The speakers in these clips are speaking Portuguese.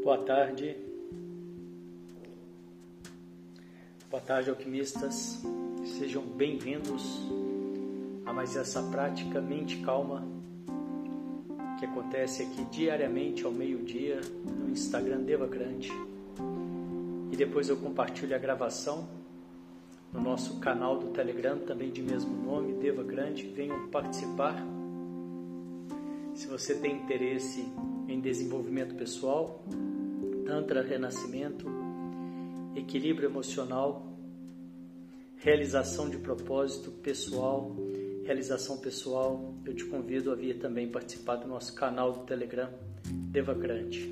Boa tarde, alquimistas. Sejam bem-vindos a mais essa prática Mente Calma, que acontece aqui diariamente ao meio-dia no Instagram Devacrante. E depois eu compartilho a gravação no nosso canal do Telegram, também de mesmo nome, Devacrante. Venham participar. Se você tem interesse em desenvolvimento pessoal, Tantra, renascimento, equilíbrio emocional, realização de propósito pessoal, realização pessoal, eu te convido a vir também participar do nosso canal do Telegram, Devacrante.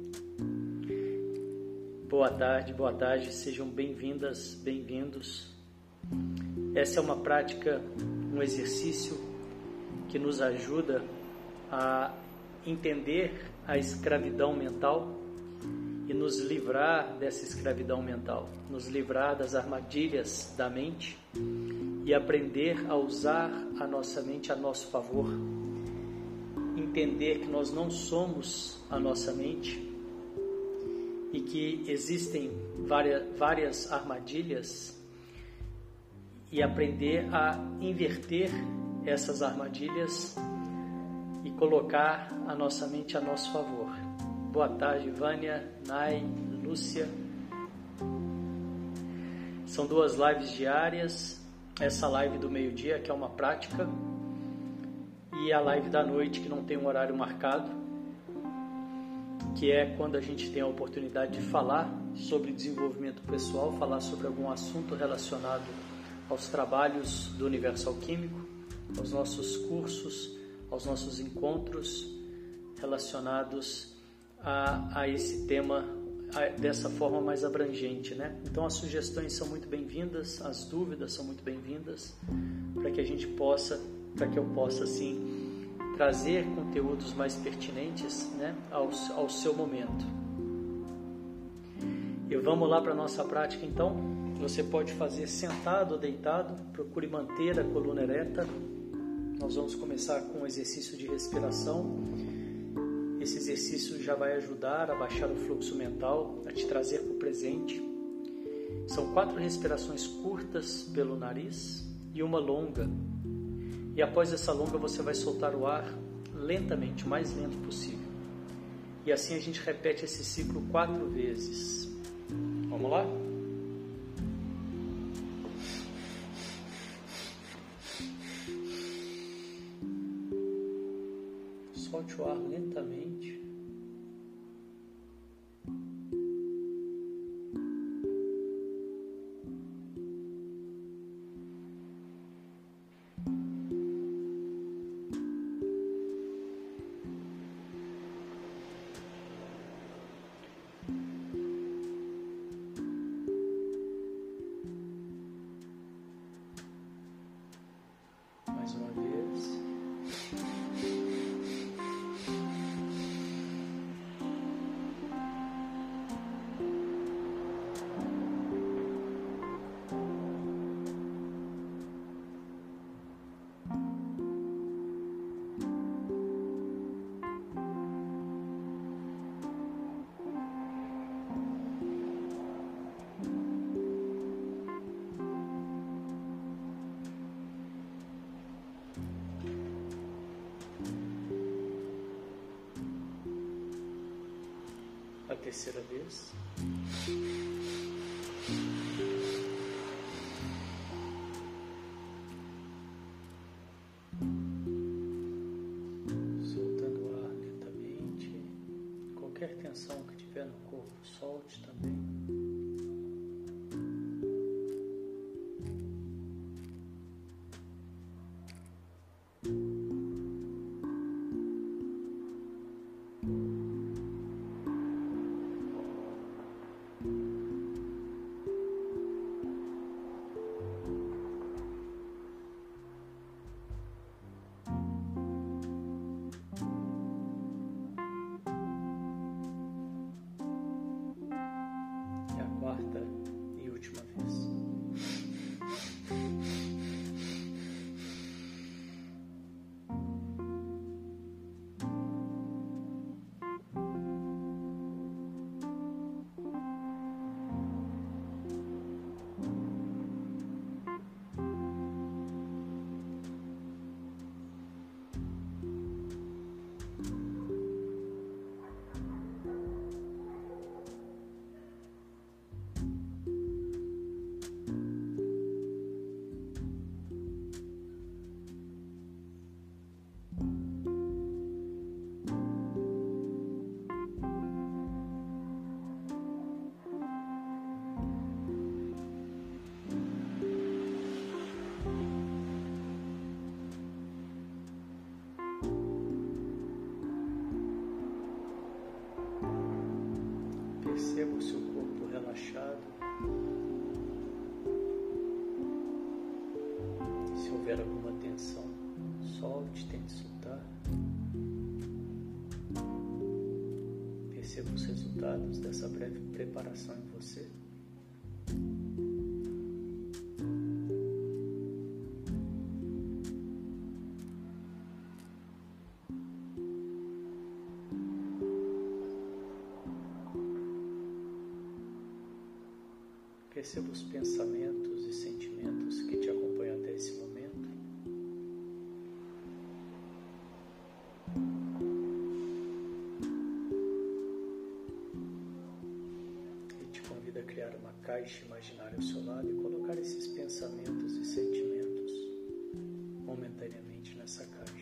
Boa tarde, sejam bem-vindas, bem-vindos. Essa é uma prática, um exercício que nos ajuda a entender a escravidão mental e nos livrar dessa escravidão mental, nos livrar das armadilhas da mente e aprender a usar a nossa mente a nosso favor, entender que nós não somos a nossa mente e que existem várias armadilhas e aprender a inverter essas armadilhas e colocar a nossa mente a nosso favor. Boa tarde, Vânia, Nai, Lúcia. São 2 lives diárias. Essa live do meio-dia, que é uma prática, e a live da noite, que não tem um horário marcado, que é quando a gente tem a oportunidade de falar sobre desenvolvimento pessoal, falar sobre algum assunto relacionado aos trabalhos do universo alquímico, aos nossos cursos, aos nossos encontros relacionados a esse tema dessa forma mais abrangente, né? Então as sugestões são muito bem-vindas, as dúvidas são muito bem-vindas, para que eu possa assim trazer conteúdos mais pertinentes, né, ao seu momento. E vamos lá para a nossa prática então. Você pode fazer sentado ou deitado, procure manter a coluna ereta. Nós vamos começar com um exercício de respiração. Esse exercício já vai ajudar a baixar o fluxo mental, a te trazer para o presente. São 4 respirações curtas pelo nariz e uma longa. E após essa longa você vai soltar o ar lentamente, o mais lento possível. E assim a gente repete esse ciclo 4 vezes. Vamos lá? Solte o ar lentamente. Mais uma vez. A terceira vez. Soltando o ar lentamente. Qualquer tensão que tiver no corpo, solte também. relaxado. Se houver alguma tensão, solte, tente soltar. Perceba os resultados dessa breve preparação em você. Perceba os pensamentos e sentimentos que te acompanham até esse momento. E te convido a criar uma caixa imaginária ao seu lado e colocar esses pensamentos e sentimentos momentaneamente nessa caixa.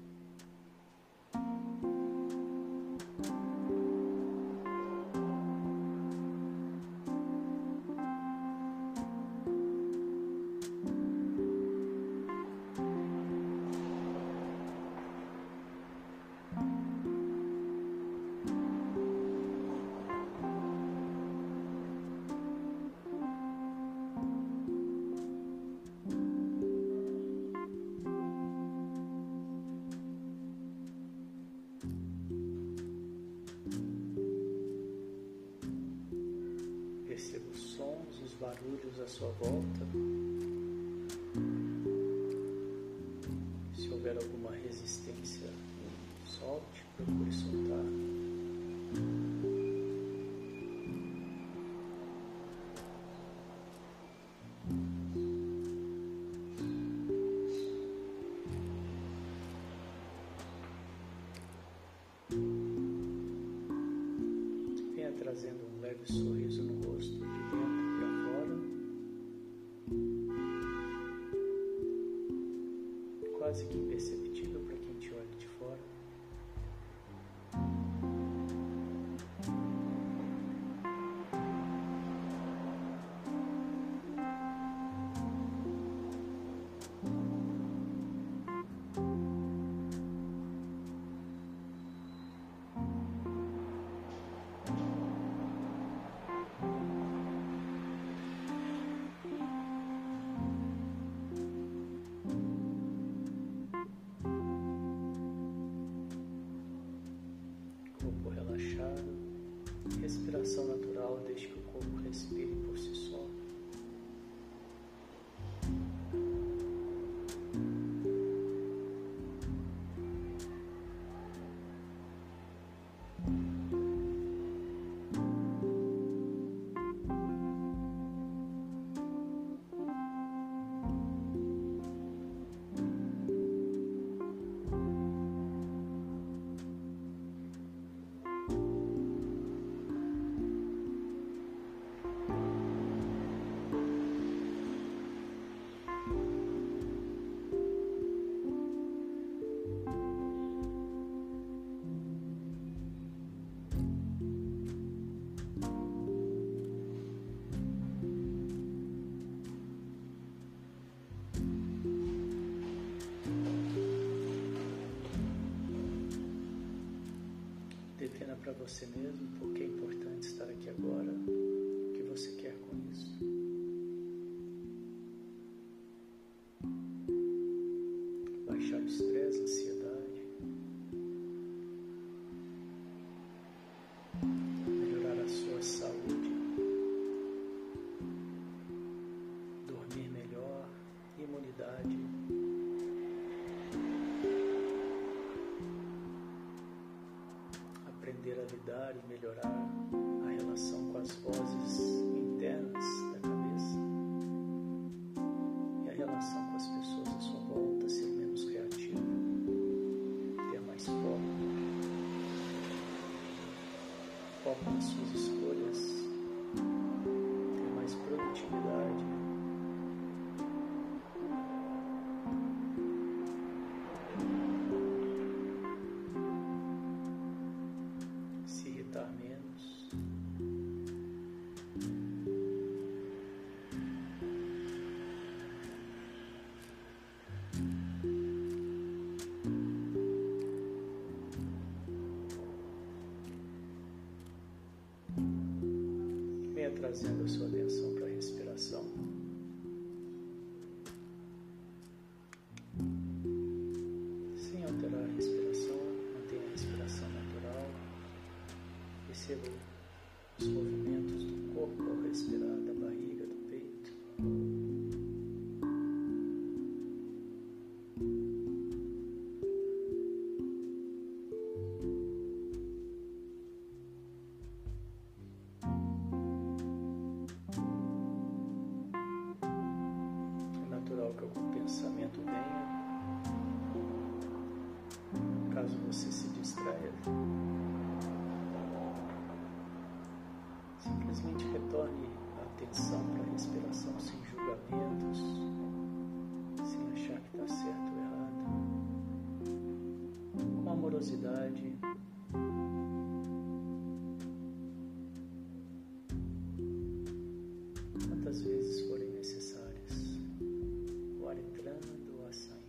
Perceba os sons, os barulhos à sua volta. Se houver alguma resistência, solte, procure soltar. Venha trazendo um leve sorriso no rosto, de dentro para fora, quase que imperceptível para quem te olha de fora. Corpo relaxado, respiração natural, deixe que o corpo respire por si só. Defina para você mesmo por que é importante estar aqui agora, o que você quer com isso. Baixar o estresse, a ansiedade, melhorar a sua saúde, dormir melhor, imunidade. Aprender a lidar e melhorar a relação com as vozes internas da cabeça e a relação com as pessoas à sua volta, ser menos reativo, ter mais foco nas suas escolhas, ter mais produtividade. Se irritar menos. trazendo a sua atenção para a respiração. Sem alterar a respiração, mantenha a respiração natural. Perceba os movimentos do corpo ao respirar, da barriga, do peito. É natural que algum pensamento venha. Caso você se distraia, simplesmente retorne a atenção para a respiração sem julgamentos, sem achar que está certo ou errado, com amorosidade. Quantas vezes forem necessárias, o ar entrando, o ar saindo.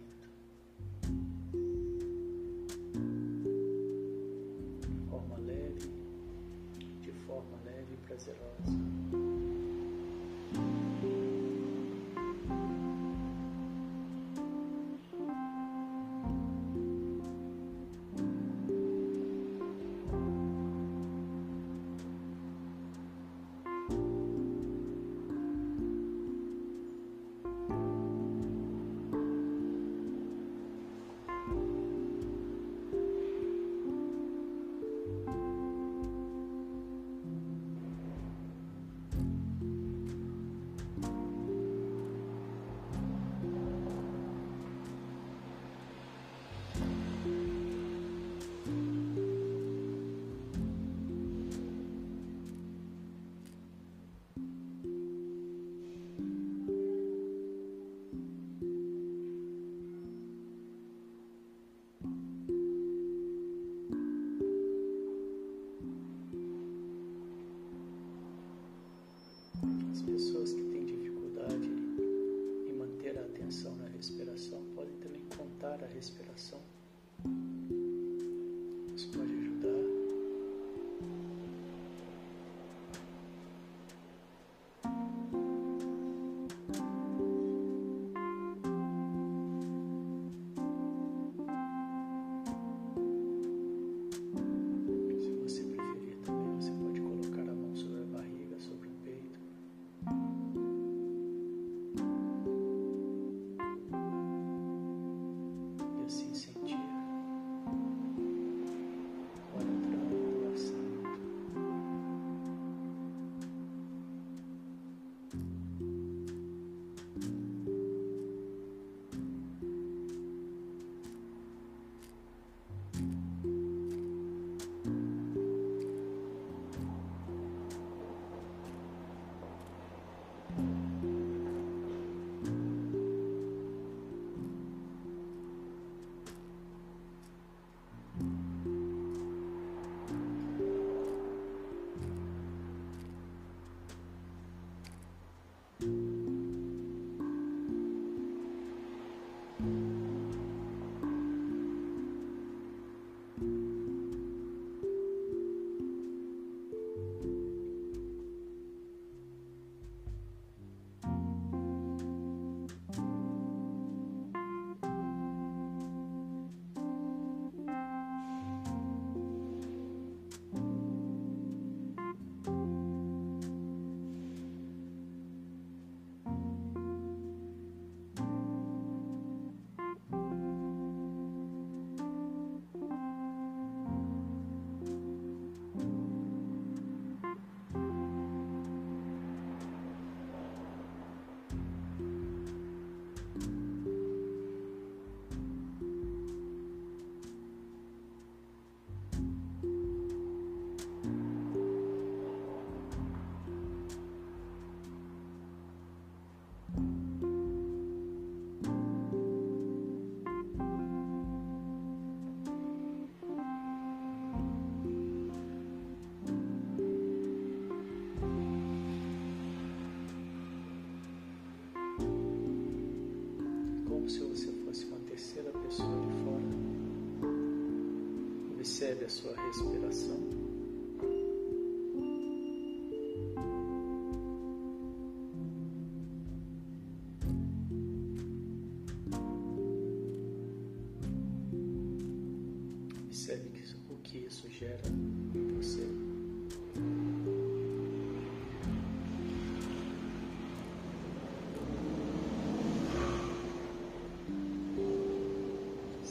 De forma leve e prazerosa. As pessoas que têm dificuldade em manter a atenção na respiração podem também contar a respiração. Isso pode ajudar. Se você preferir também, você pode colocar a mão sobre a barriga, sobre o peito. E assim sentir o ar entrando, o ar saindo. Se você fosse uma terceira pessoa de fora, observe a sua respiração.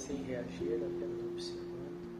sem reagir, apenas observando.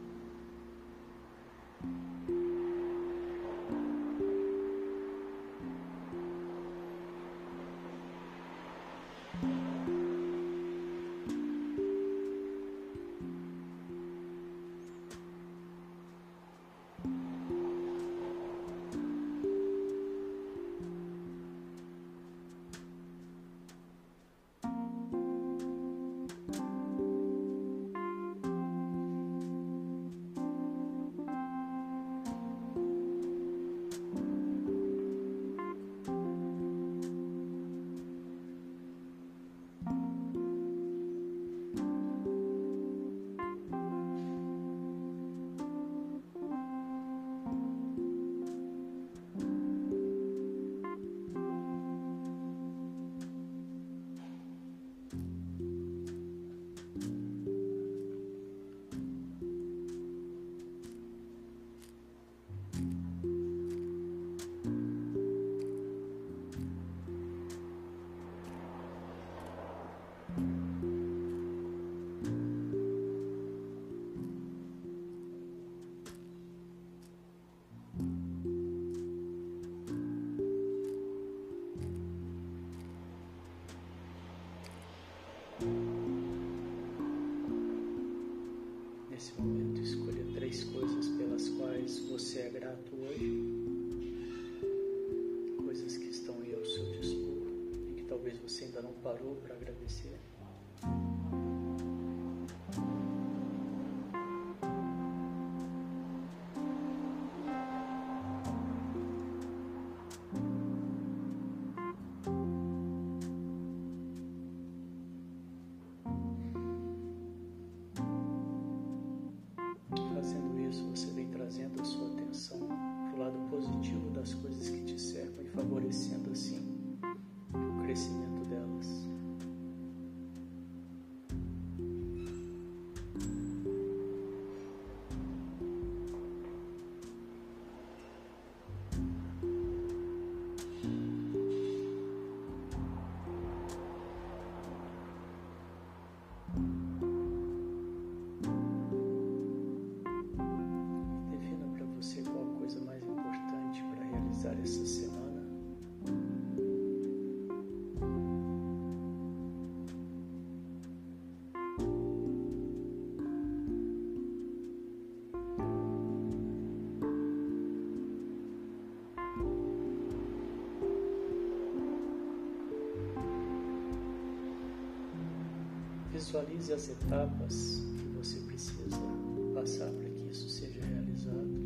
Nesse momento, escolha 3 coisas pelas quais você é grato hoje, coisas que estão aí ao seu dispor e que talvez você ainda não parou para agradecer. Fazendo isso, você vem trazendo a sua atenção para o lado positivo das coisas que te cercam e favorecendo assim o crescimento delas. Essa semana, visualize as etapas que você precisa passar para que isso seja realizado.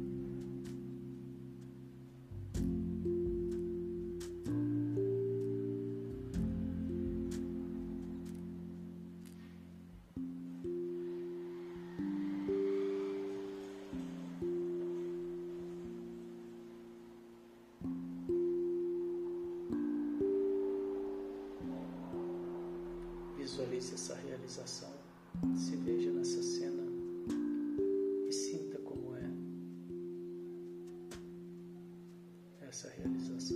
Visualize essa realização, se veja nessa cena e sinta como é essa realização.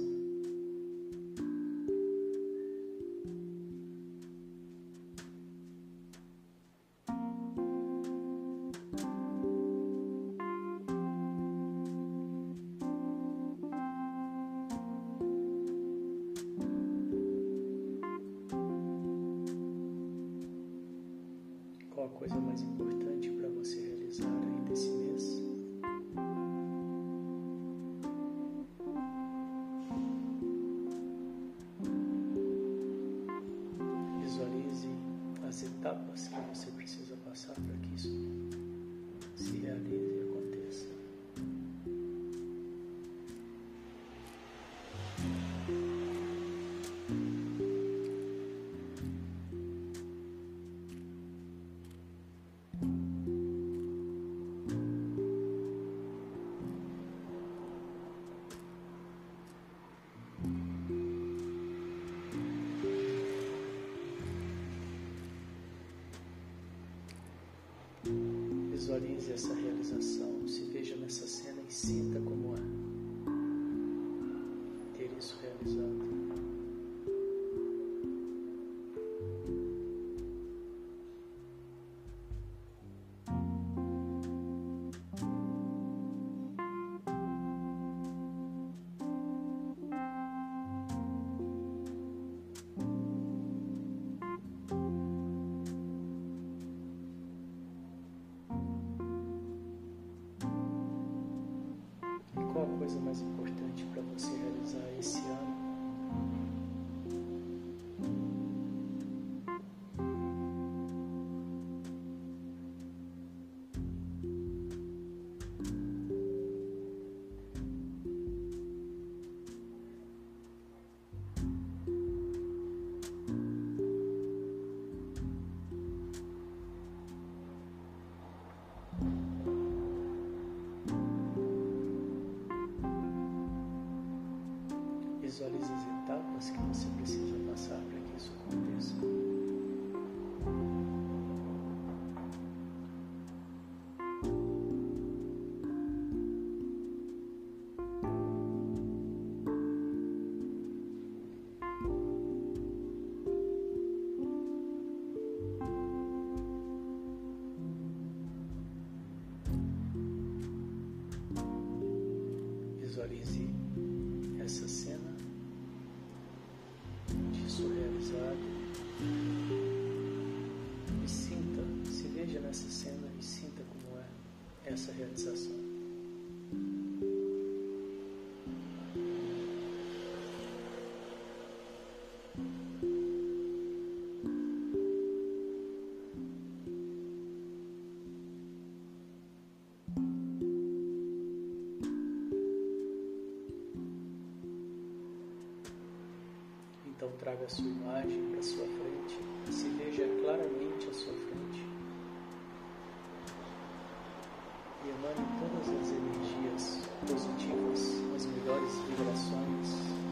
Qual a coisa mais importante para você realizar ainda esse mês? Visualize as etapas que você precisa passar para que isso se realize e aconteça. Visualize essa realização, se veja nessa cena e sinta como é ter isso realizado. essa realização. Então traga a sua imagem para a sua frente, se veja claramente à sua frente e emane todas as energias positivas, as melhores vibrações,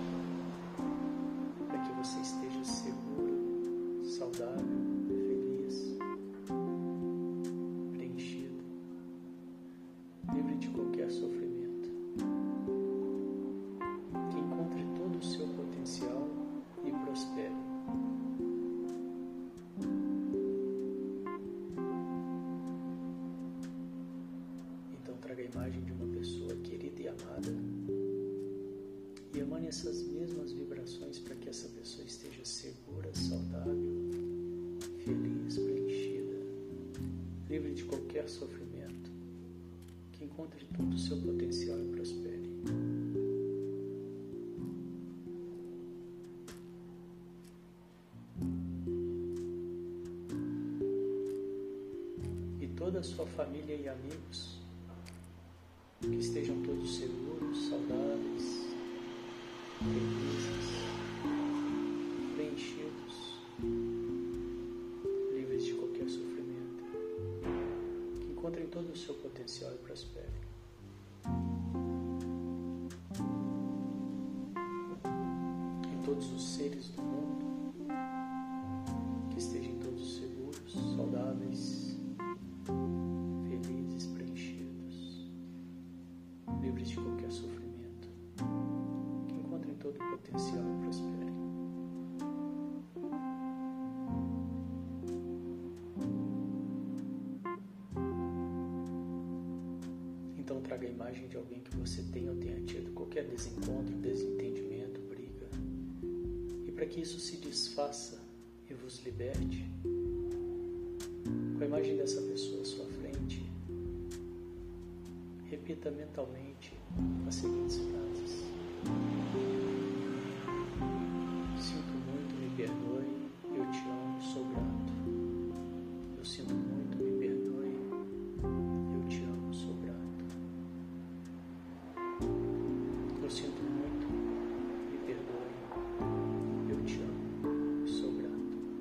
para que você esteja seguro, saudável, feliz, preenchido, livre de qualquer sofrimento, que encontre todo o seu potencial e prospere. Então traga a imagem de uma pessoa querida e amada e emane essas mesmas vibrações para que essa pessoa esteja segura, saudável, feliz, preenchida, livre de qualquer sofrimento, que encontre todo o seu potencial e prospere. Toda a sua família e amigos, que estejam todos seguros, saudáveis, felizes, preenchidos, livres de qualquer sofrimento, que encontrem todo o seu potencial e prosperem. E todos os seres do mundo, que estejam todos seguros, saudáveis, felizes, preenchidos, livres de qualquer sofrimento, que encontrem todo o potencial e prosperem. Então traga a imagem de alguém que você tenha ou tenha tido qualquer desencontro, desentendimento, briga, e para que isso se desfaça e vos liberte, com a imagem dessa pessoa à sua frente, repita mentalmente as seguintes frases: sinto muito, me perdoe, eu te amo, sou grato. Eu sinto muito, me perdoe, eu te amo, sou grato. Eu sinto muito, me perdoe, eu te amo, sou grato.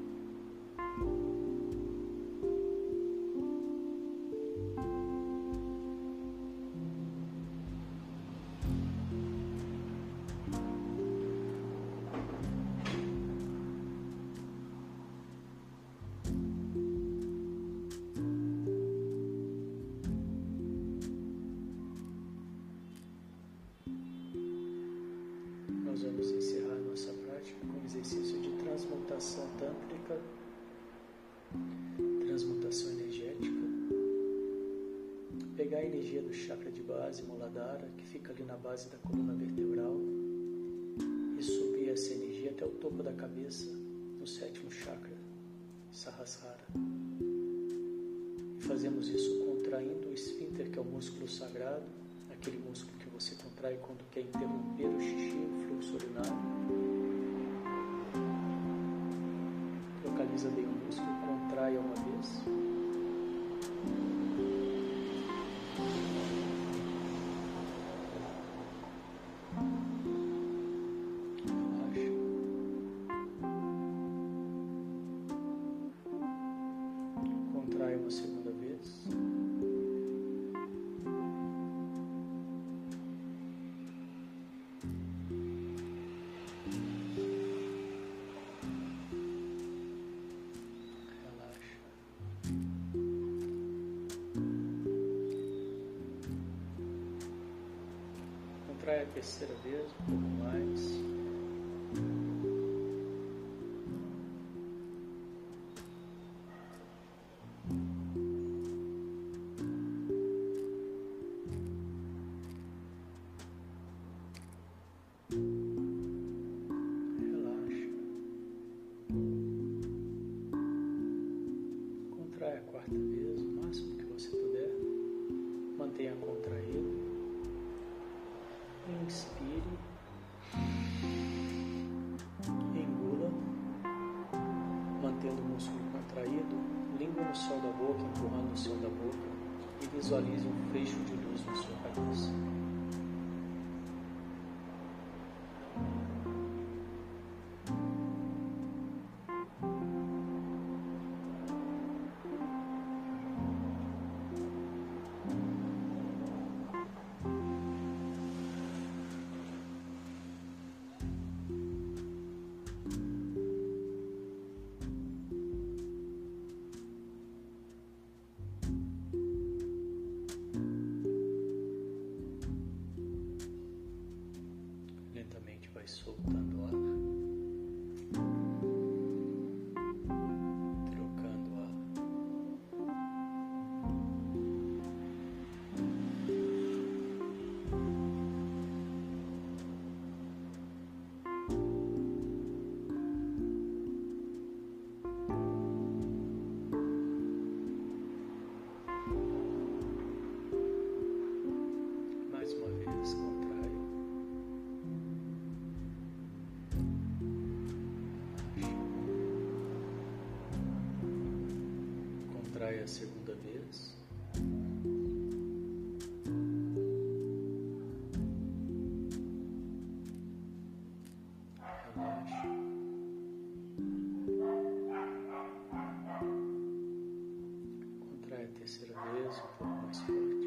Nós vamos encerrar nossa prática com o exercício de transmutação tântrica, transmutação energética. Pegar a energia do chakra de base, Muladhara, que fica ali na base da coluna vertebral, e subir essa energia até o topo da cabeça, no sétimo chakra, Sahasrara. E fazemos isso contraindo o esfíncter, que é o músculo sagrado, aquele músculo que você contrai quando quer interromper o xixi, o fluxo urinário. Localiza bem o músculo, contrai uma vez. Relaxa. Contrai uma segunda vez. Contrai a terceira vez, um pouco mais. Relaxa. Contrai a quarta vez, o máximo que você puder. mantendo o músculo contraído, língua no céu da boca, empurrando o céu da boca, e visualize um fecho de luz na sua cabeça. Vai soltando o ar, trocando o ar. Mais uma vez, contrai. Contrai a segunda vez. Relaxa. Contrai a terceira vez, um pouco mais forte.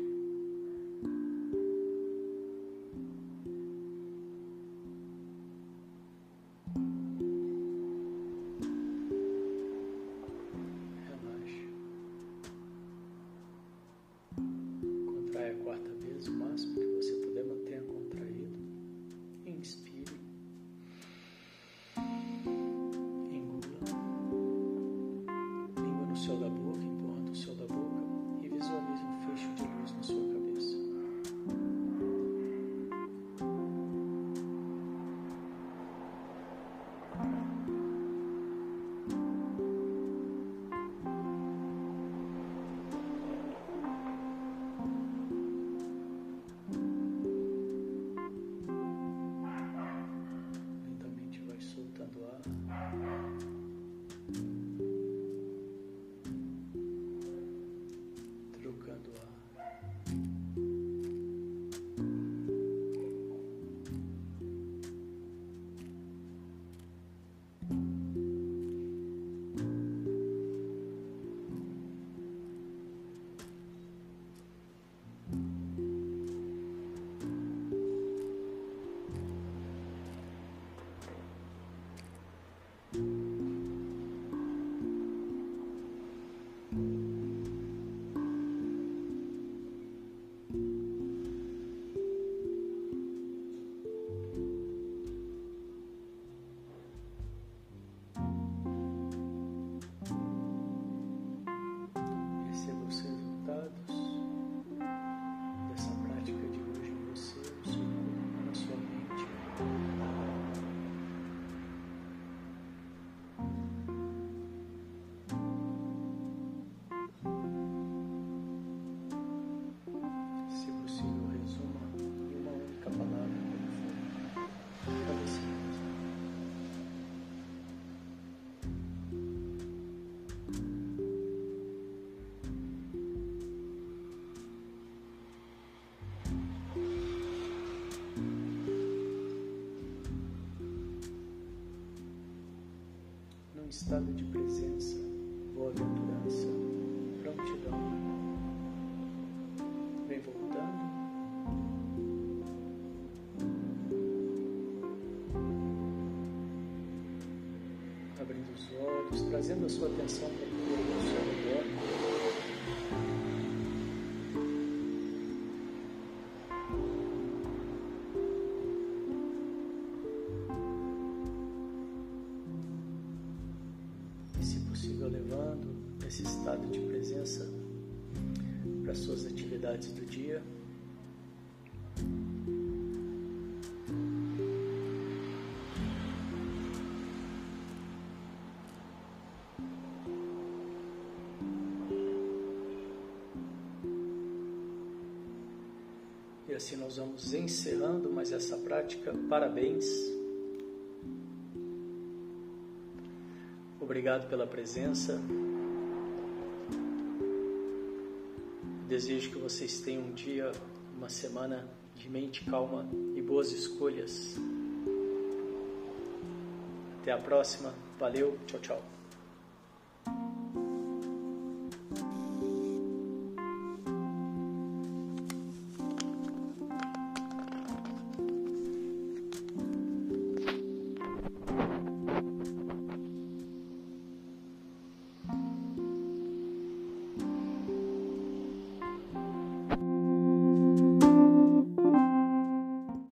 Contrai a quarta vez, o máximo que você puder, mantenha contraído. Inspire. Engula. Língua no céu da boca, empurrando o céu da boca, e visualize um fecho de luz na sua cabeça. Soltando ar, trocando ar. Perceba os resultados dessa prática de hoje em você, no seu corpo, na sua mente. Se possível, resuma em uma única palavra para você mesmo. Num estado de presença, boa-aventurança, prontidão. Vem voltando. Abrindo os olhos, trazendo a sua atenção para o corpo ao seu redor. E, se possível, levando esse estado de presença para as suas atividades do dia. E assim nós vamos encerrando mais essa prática. Parabéns! Obrigado pela presença. Desejo que vocês tenham um dia, uma semana de mente calma e boas escolhas. Até a próxima. Valeu. Tchau, tchau.